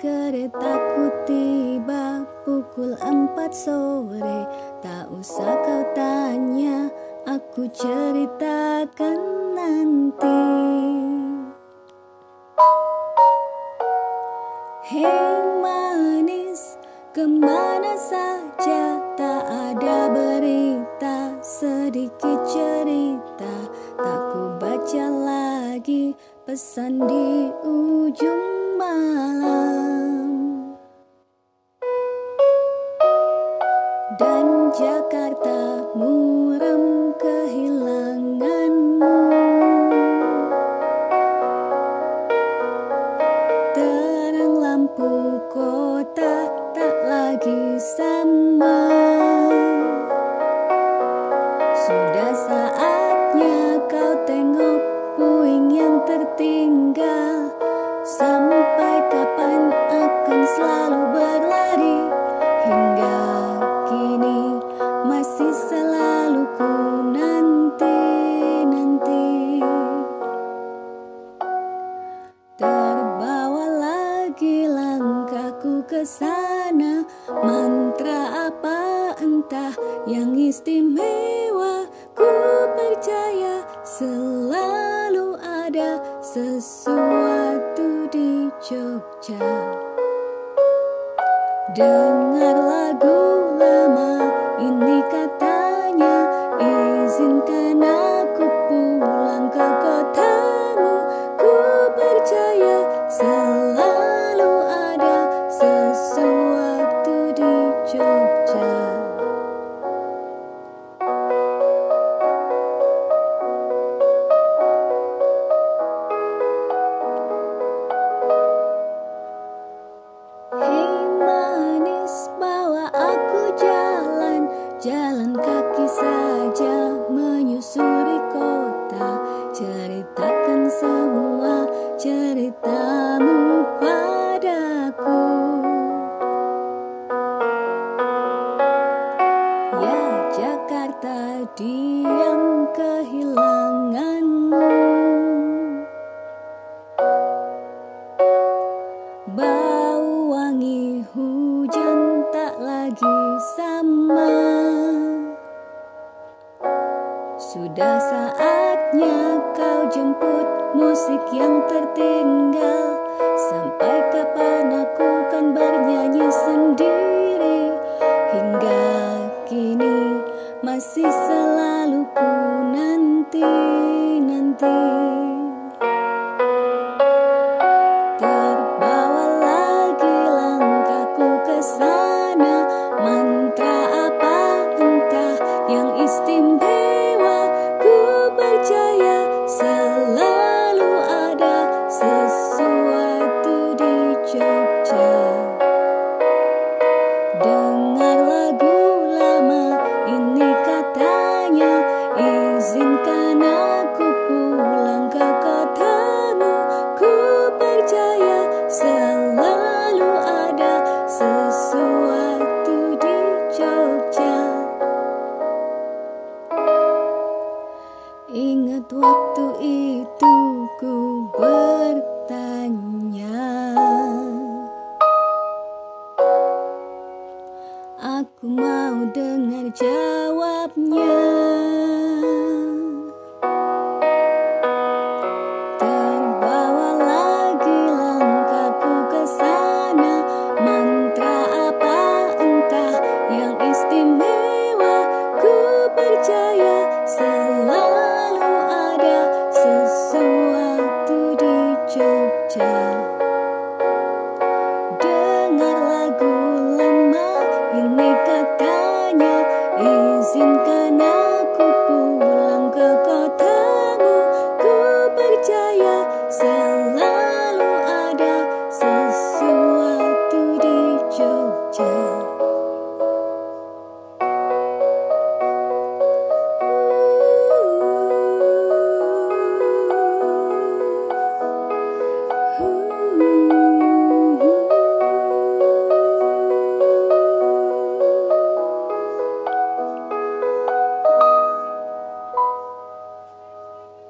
Keretaku tiba pukul 4 sore. Tak usah kau tanya, aku ceritakan nanti. Hei manis, kemana saja? Tak ada berita, sedikit cerita. Tak ku baca lagi pesan di ujung malam. Dan Jakarta muram kehilanganmu. Terang lampu kota tak lagi sama. Sudah saatnya kau tengok puing yang tertinggal. Sampai kapan akan selalu berlari? Hingga kini masih selalu ku nanti-nanti. Terbawa lagi langkahku ke sana. Mantra apa entah yang istimewa. Ku percaya selalu ada sesuatu di Jogja. Dengar lagu lama ini katanya, izinkan aku pulang ke kotamu. Ku percaya selalu ada sesuatu di Jogja. Jalan kaki saja menyusuri kota. Ceritakan semua ceritamu padaku. Ya Jakarta, diam kehilanganmu. Bau wangi hujan tak lagi sama. Sudah saatnya kau jemput musik yang tertinggal. Sampai kapan aku kan bernyanyi sendiri? Hingga kini masih selalu ku nanti-nanti. Terbawa lagi langkahku ke sana. Mantra apa entah yang istimewa. Ku percaya selalu ada sesuatu di Jogja. Dengar lagu lama ini katanya, izinkan aku pulang ke kotamu. Ku percaya selalu ada sesuatu di Jogja. Ingat waktu itu ku bertanya, aku mau dengar jawabnya. Terbawa lagi langkahku ke sana. Mantra apa entah yang istimewa. Ku percaya selalu ada sesuatu di Jogja. Dengar lagu lama ini katanya, izinkan aku pulang.